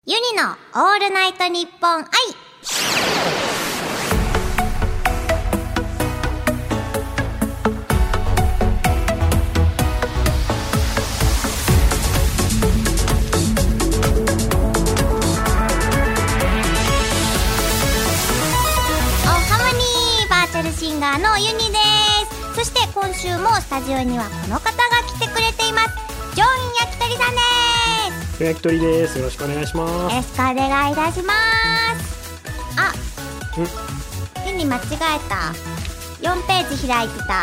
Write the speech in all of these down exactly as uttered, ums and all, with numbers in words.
ユニのオールナイトニッポン愛。おハモニー、バーチャルシンガーのユニです。そして今週もスタジオにはこの方が来てくれています。ジョン焼き鳥さんです。 焼き鳥です。よろしくお願いします。 よろしくお願いいたします。あ、ユニ間違えた。よんページ開いてた。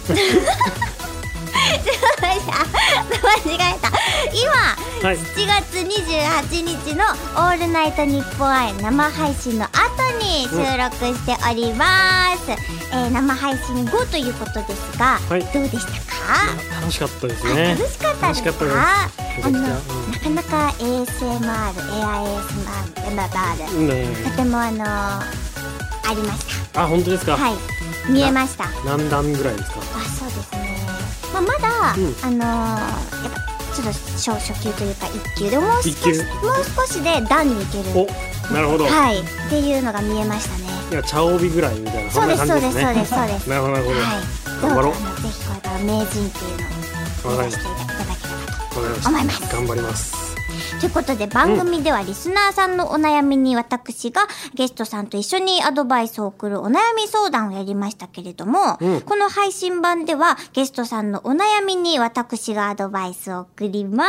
間違えた。今、はい、しちがつにじゅうはちにちのオールナイトニッポン愛生配信の後に収録しております、うんえー、生配信後ということですが、はい、どうでしたか？ 楽しかったですね。 楽しかったですか？あの、うん、なかなか エーエスエムアール、エア エーエスエムアール、うん、とてもあのー、ありました。 あ、本当ですか？ はい、見えました。 何段ぐらいですか？ あ、そうですね、まあ、まだ、うん、あのー、やっぱちょっと初初級というかいっ級でもう少しもう少しで段にいける。 お、なるほど。 はい、っていうのが見えましたね。 いや、茶帯ぐらいみたいな、そんな感じですね。そうですそうですそうです。なるほどなるほど。はい、 頑張ろう。ぜひこれから名人っていうのを目指していただければと思います。 頑張ります。 ということで番組ではリスナーさんのお悩みに私がゲストさんと一緒にアドバイスを送るお悩み相談をやりましたけれども、うん、この配信版ではゲストさんのお悩みに私がアドバイスを送ります。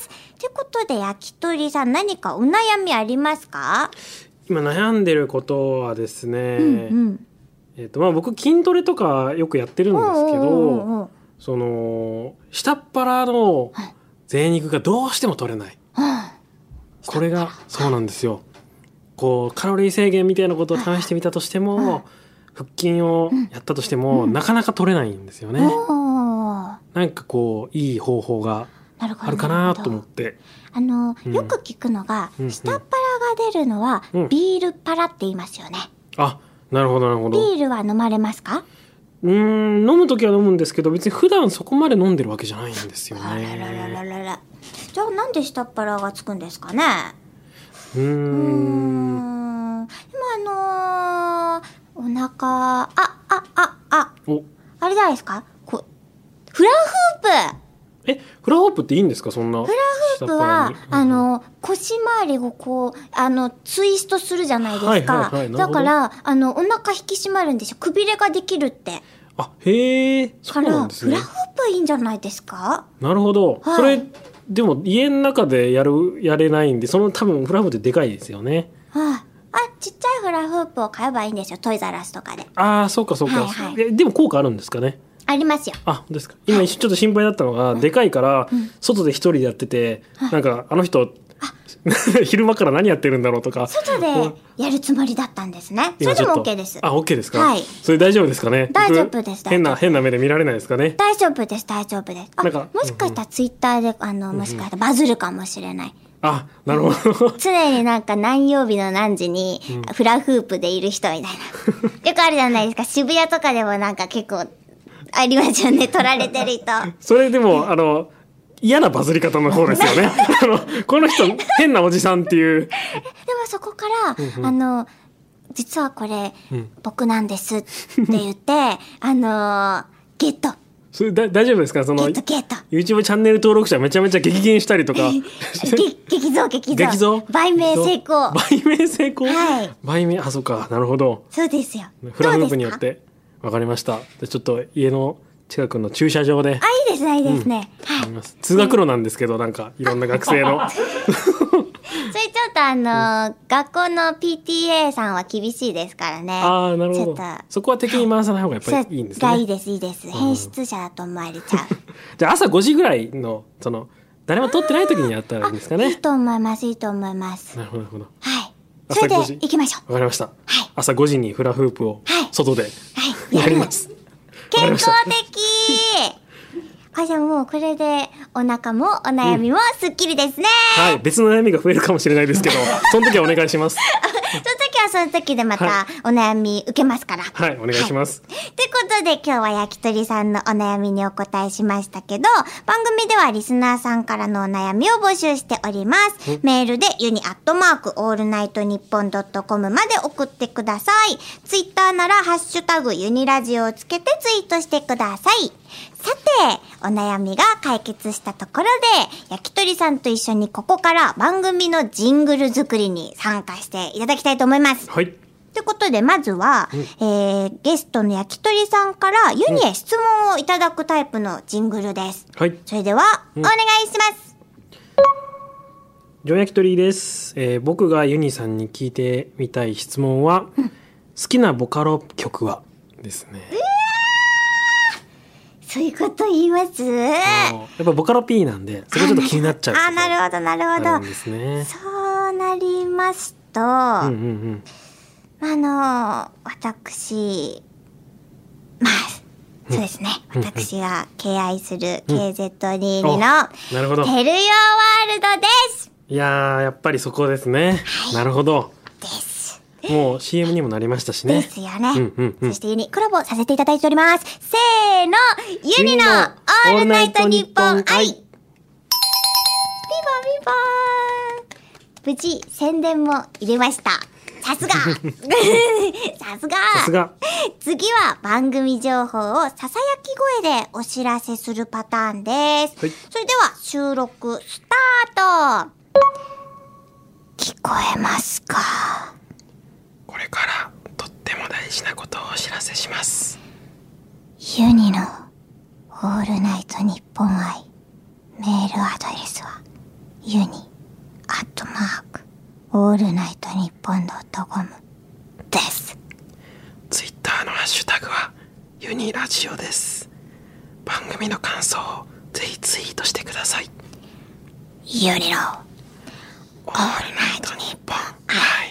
ということで焼き鳥さん、何かお悩みありますか？ 今悩んでることはですね、うんうん、えーとまあ、僕筋トレとかよくやってるんですけど、おうおうおう、その下っ腹の贅肉がどうしても取れない、これがそうなんですよ。こうカロリー制限みたいなことを試してみたとしても、腹筋をやったとしても、なかなか取れないんですよね。なんかこういい方法があるかなと思って。 あの、うん、よく聞くのが、うんうん、下っ腹が出るのは、うん、ビールパラって言いますよね。 あ、なるほどなるほど。 ビールは飲まれますか？ うーん、飲むときは飲むんですけど、別に普段そこまで飲んでるわけじゃないんですよね。あららららら。 じゃあなんで下っ腹がつくんですかね？ うーん。うーん。でもあのー、お腹、あ、あ、あ、あ、おあれじゃないですか？こうフラフープ。 え、フラフープっていいんですか？そんな。 フラフープは、あの、腰回りをこう、あの、ツイストするじゃないですか。はいはいはい、だから、あの、お腹引き締まるんでしょ。くびれができるって。 あ、へえ、そうなんですね。 フラフープいいんじゃないですか？ なるほど。はい、それ、でも家の中でやる、やれないんで、その多分フラフープってでかいですよね。 はい。あ、ちっちゃいフラフープを買えばいいんですよ。トイザラスとかで。 ああ、そうかそうか。はいはい、でも効果あるんですかね？ ありますよ。 あ、本当ですか。今一瞬ちょっと心配だったのが、はい、でかいから外で一人でやってて、はい、なんかあの人昼間から何やってるんだろうとか。 外でやるつもりだったんですね。それでも OK です。 あ、OK ですか。 はい。 それ大丈夫ですかね。 大丈夫です。 変な変な目で見られないですかね。 大丈夫です大丈夫です。あ、なんかもしかしたらツイッターであのもしかしたらバズるかもしれない。 あ、なるほど。 常になんか何曜日の何時にフラフープでいる人みたいな。よくあるじゃないですか。渋谷とかでもなんか結構ありますよね。撮られてる人。 それでもあの嫌なバズり方の方ですよね。あのこの人変なおじさんっていう。でもそこから、うんうん、あの実はこれ、うん、僕なんですって言ってあのゲット。 それだ大丈夫ですか？その YouTube チャンネル登録者めちゃめちゃ激減したりとか。 激増激増。 激増。 売名成功。 売名成功。 はい。 売名、あ、そうか、なるほど。 そうですよ。 フラフープによって。わかりました。でちょっと家の近くの駐車場で。あ、いいですね、いいですね。 うん、はい。通学路なんですけど、なんかいろんな学生の。 それちょっとあの、うん、学校の ピーティーエー さんは厳しいですからね。 ああ、なるほど。そこは敵に回さない方がやっぱりいいんですね。 がいいです、いいです。変質者だと思われちゃう。 じゃあ朝ごじぐらいの、その、誰も撮ってない時にやったらいいんですかね。 いいと思います、いいと思います。 なるほど、なるほど。 はい。それで行きましょう。 わかりました。はい。 朝ごじにフラフープを外でやります。 健康的。あ、じゃあもうこれでお腹もお悩みもすっきりですね。 うん、はい、別の悩みが増えるかもしれないですけど、その時はお願いします。 その時はその時でまたお悩み受けますから。 はい、お願いします。 はい、ってことで今日は焼き鳥さんのお悩みにお答えしましたけど、番組ではリスナーさんからのお悩みを募集しております。メールでユニアットマークオールナイトニッポンドットコムまで送ってください。ツイッターならハッシュタグユニラジオをつけてツイートしてください。さて、お悩みが解決したところで、焼き鳥さんと一緒にここから番組のジングル作りに参加していただきたいと思います。 はい。 ということで、まずは、うん、えー、ゲストの焼き鳥さんからユニへ質問をいただくタイプのジングルです。 はい。 それでは、うん、お願いします。 ジョン焼き鳥です。えー、僕がユニさんに聞いてみたい質問は、うん、好きなボカロ曲はですね。えーそういうこと言います？やっぱボカロ P なんで、それちょっと気になっちゃう。 あ、なるほど、なるほど。 あるんですね。 そうなりますと、うんうんうん、あの、私、まあ、そうですね。うん、私が敬愛する ケーゼットにじゅうに の、なるほど。テルヨーワールドです。 いやー、やっぱりそこですね。はい、なるほど。 です。 もう シーエム にもなりましたしね。 ですよね。うんうんうん、そしてユニコラボさせていただいております。せーの、ユニのオールナイトニッポン愛。ピボンピボーン。無事宣伝も入れました。さすが。さすが。 さすが。 次は番組情報をささやき声でお知らせするパターンです。はい、それでは収録スタート。聞こえますか？ これからとっても大事なことをお知らせします。 ユニのオールナイトニッポン愛メールアドレスはユニアットマークオールナイトニッポンドットコムです。 ツイッターのハッシュタグはユニラジオです。番組の感想をぜひツイートしてください。 ユニのオールナイトニッポン愛。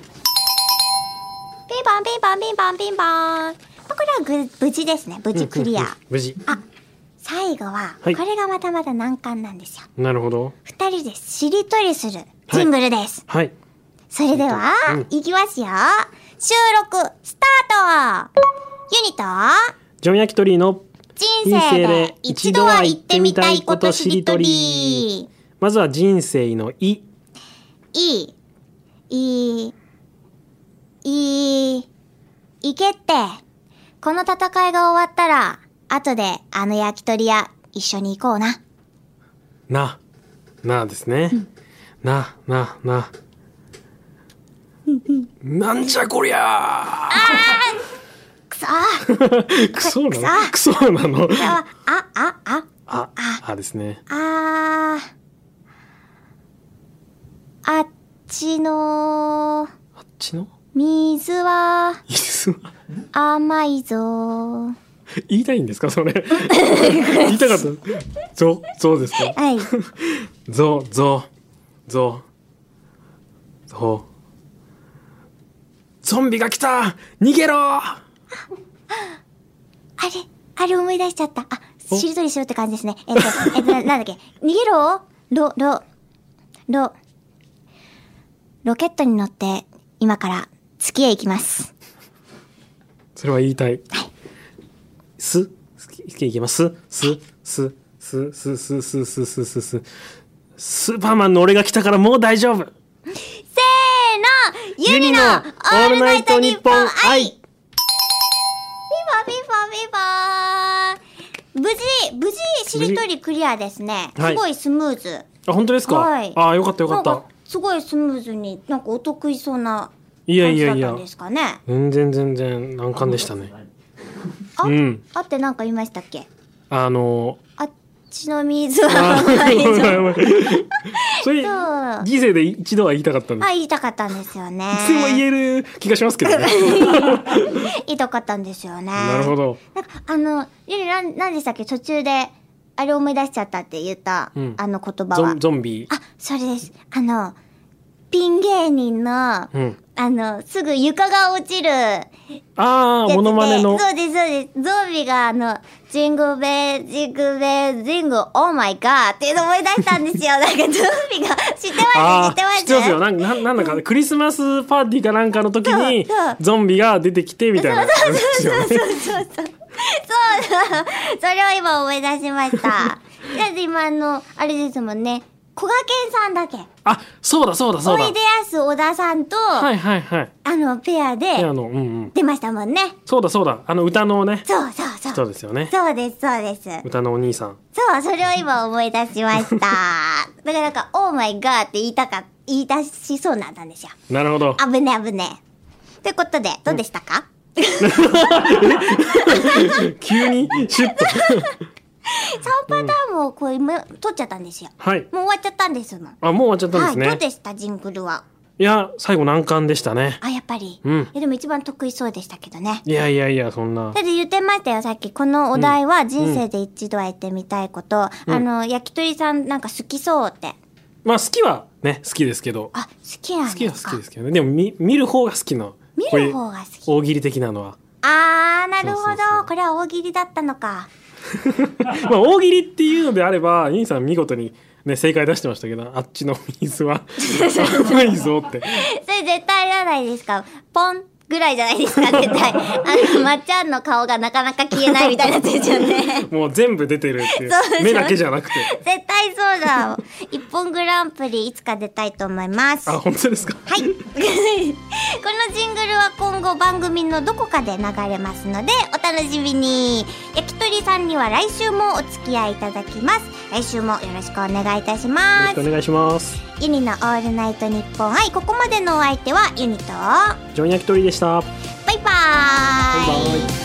ピンポンピンポンピンポンピンポン。これはぐ無事ですね。無事クリア。うんうんうん、 無事。 あ、最後は、はい、これがまたまた難関なんですよ。 なるほど。 二人でしりとりするジングルです。 はい。はい、 それでは、うん、いきますよ。収録スタート。ユニとジョン焼き鳥の人生で一度は言ってみたいことしりとり。 まずは人生のい。 いい。いい。いい、いけって。この戦いが終わったら、後であの焼き鳥屋一緒に行こうな。 な、なですね。うん、な、な、な。なんじゃこりゃー。あーくそー。 くそなのくそなのあ、あ、あ、あ、 あ、あですね。 あー。あっちのー。 あっちの水は水は甘いぞ。 言いたいんですかそれ言いたかったぞぞですかはいぞぞぞぞゾンビが来た逃げろあ, あれあれ思い出しちゃった。あ、しりとりしろって感じですね。えっとえっとな、なんだっけ逃げろロロロロケットに乗って今から月へ行きます。 それは言いたい。はい。す、月へ行きます。す、す、す、す、す、す、す、す、す、す、スーパーマンの俺が来たからもう大丈夫。せーの、ユニのオールナイトニッポン愛。ピンポンピンポンピンポン。無事無事しりとりクリアですね。すごいスムーズ。 あ、本当ですか。はい。あ、よかったよかった。 すごいスムーズになんかお得意そうな。 いやいやいや、 ですかね、 全然全然難関でしたね。 あ、うん、あってなんか言いましたっけ？ あのあっちの水は甘いぞ。 それ人生で一度は言いたかったんです。 あ、言いたかったんですよね。 いつも言える気がしますけどね。 言いたかったんですよね。 なるほど。 なんかあのゆりなんなんでしたっけ途中であれ思い出しちゃったって言った、うん、あの言葉はゾンビ。 あ、それです。あのピン芸人の、うん、あの、すぐ床が落ちる。ああ、モノマネの。 そうです、そうです。ゾンビが、あの、ジングベジングベジング、オーマイガーっていうの思い出したんですよ。なんかゾンビが知ってます知ってます知ってますよ。なんなんなんだかクリスマスパーティーかなんかの時にゾンビが出てきてみたいな。 そうそうそうそうそうそうそうそれを今思い出しました。だって今あのあれですもんね、こがけんさんだけ。 あ、そうだそうだそうだ。 おいでやす小田さんと、 はいはいはい。 あのペアでペアの、うんうん、 出ましたもんね。 そうだそうだ。あの歌のね。 そうそうそう。 そうですよね。 そうですそうです。 歌のお兄さん。 そう、それを今思い出しました。だからなんかオーマイガーって言いたか言い出しそうなんだんですよ。なるほど。 危ね危ね。ということでどうでしたか？うん、 急にシュッと。 さんパターンもこう今撮っちゃったんですよ。はい。もう終わっちゃったんですもん。 あ、もう終わっちゃったんですね。 はい。どうでしたジングルは？ いや、最後難関でしたね。 あ、やっぱり。 うん。 いやでも一番得意そうでしたけどね。 いやいやいや、そんな。 だって言ってましたよ、さっき。このお題は人生で一度はやってみたいこと。うん、あの、焼き鳥さんなんか好きそうって。 まあ好きはね、好きですけど。 あ、好きなんですか？好きは好きですけどね。でも見、見る方が好きな。 見る方が好き。 大喜利的なのは。 あー、なるほど。そうそうそう、これは大喜利だったのか。 まあ大喜利っていうのであれば、インさん見事にね、正解出してましたけど、あっちの水は甘いぞって。 それ絶対じゃないですか。ポンぐらいじゃないですか、絶対。あの、まっちゃんの顔がなかなか消えないみたいなやつですよね。 もう全部出てるっていう。目だけじゃなくて。 絶対そうだ。一本グランプリいつか出たいと思います。 あ、本当ですか？ はい。このジングルは今後番組のどこかで流れますので、お楽しみに。焼き鳥さんには来週もお付き合いいただきます。来週もよろしくお願いいたします。 よろしくお願いします。 ユニのオールナイトニッポン愛、ここまでのお相手はユニとジョン焼き鳥でした。 バイバーイ。バイバイ。